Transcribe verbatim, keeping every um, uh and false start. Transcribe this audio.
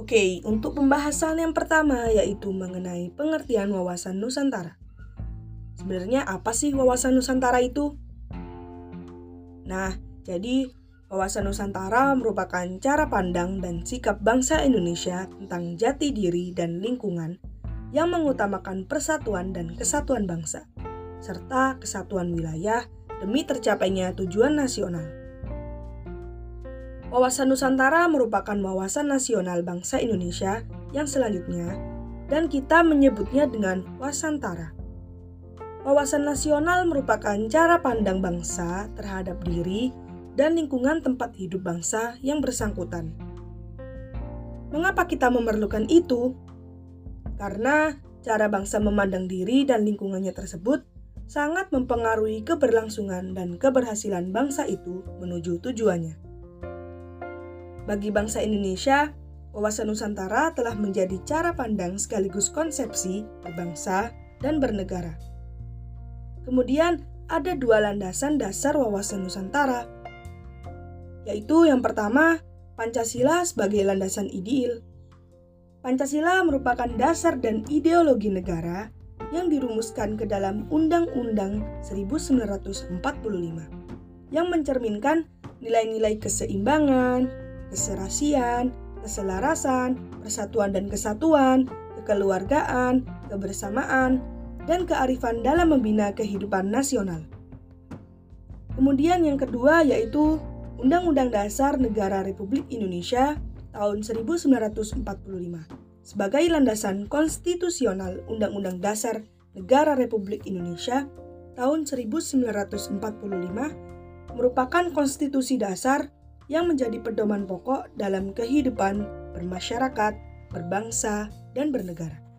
Oke, untuk pembahasan yang pertama yaitu mengenai pengertian wawasan Nusantara. Sebenarnya apa sih wawasan Nusantara itu? Nah, jadi wawasan Nusantara merupakan cara pandang dan sikap bangsa Indonesia tentang jati diri dan lingkungan yang mengutamakan persatuan dan kesatuan bangsa, serta kesatuan wilayah demi tercapainya tujuan nasional. Wawasan Nusantara merupakan wawasan nasional bangsa Indonesia yang selanjutnya, dan kita menyebutnya dengan Wasantara. Wawasan nasional merupakan cara pandang bangsa terhadap diri dan lingkungan tempat hidup bangsa yang bersangkutan. Mengapa kita memerlukan itu? Karena cara bangsa memandang diri dan lingkungannya tersebut sangat mempengaruhi keberlangsungan dan keberhasilan bangsa itu menuju tujuannya. Bagi bangsa Indonesia, wawasan Nusantara telah menjadi cara pandang sekaligus konsepsi berbangsa dan bernegara. Kemudian ada dua landasan dasar wawasan Nusantara, yaitu yang pertama, Pancasila sebagai landasan ideal. Pancasila merupakan dasar dan ideologi negara yang dirumuskan ke dalam Undang-Undang seribu sembilan ratus empat puluh lima yang mencerminkan nilai-nilai keseimbangan, keserasian, keselarasan, persatuan dan kesatuan, kekeluargaan, kebersamaan, dan kearifan dalam membina kehidupan nasional. Kemudian yang kedua yaitu Undang-Undang Dasar Negara Republik Indonesia tahun seribu sembilan ratus empat puluh lima sebagai landasan konstitusional Undang-Undang Dasar Negara Republik Indonesia tahun seribu sembilan ratus empat puluh lima merupakan konstitusi dasar yang menjadi pedoman pokok dalam kehidupan bermasyarakat, berbangsa, dan bernegara.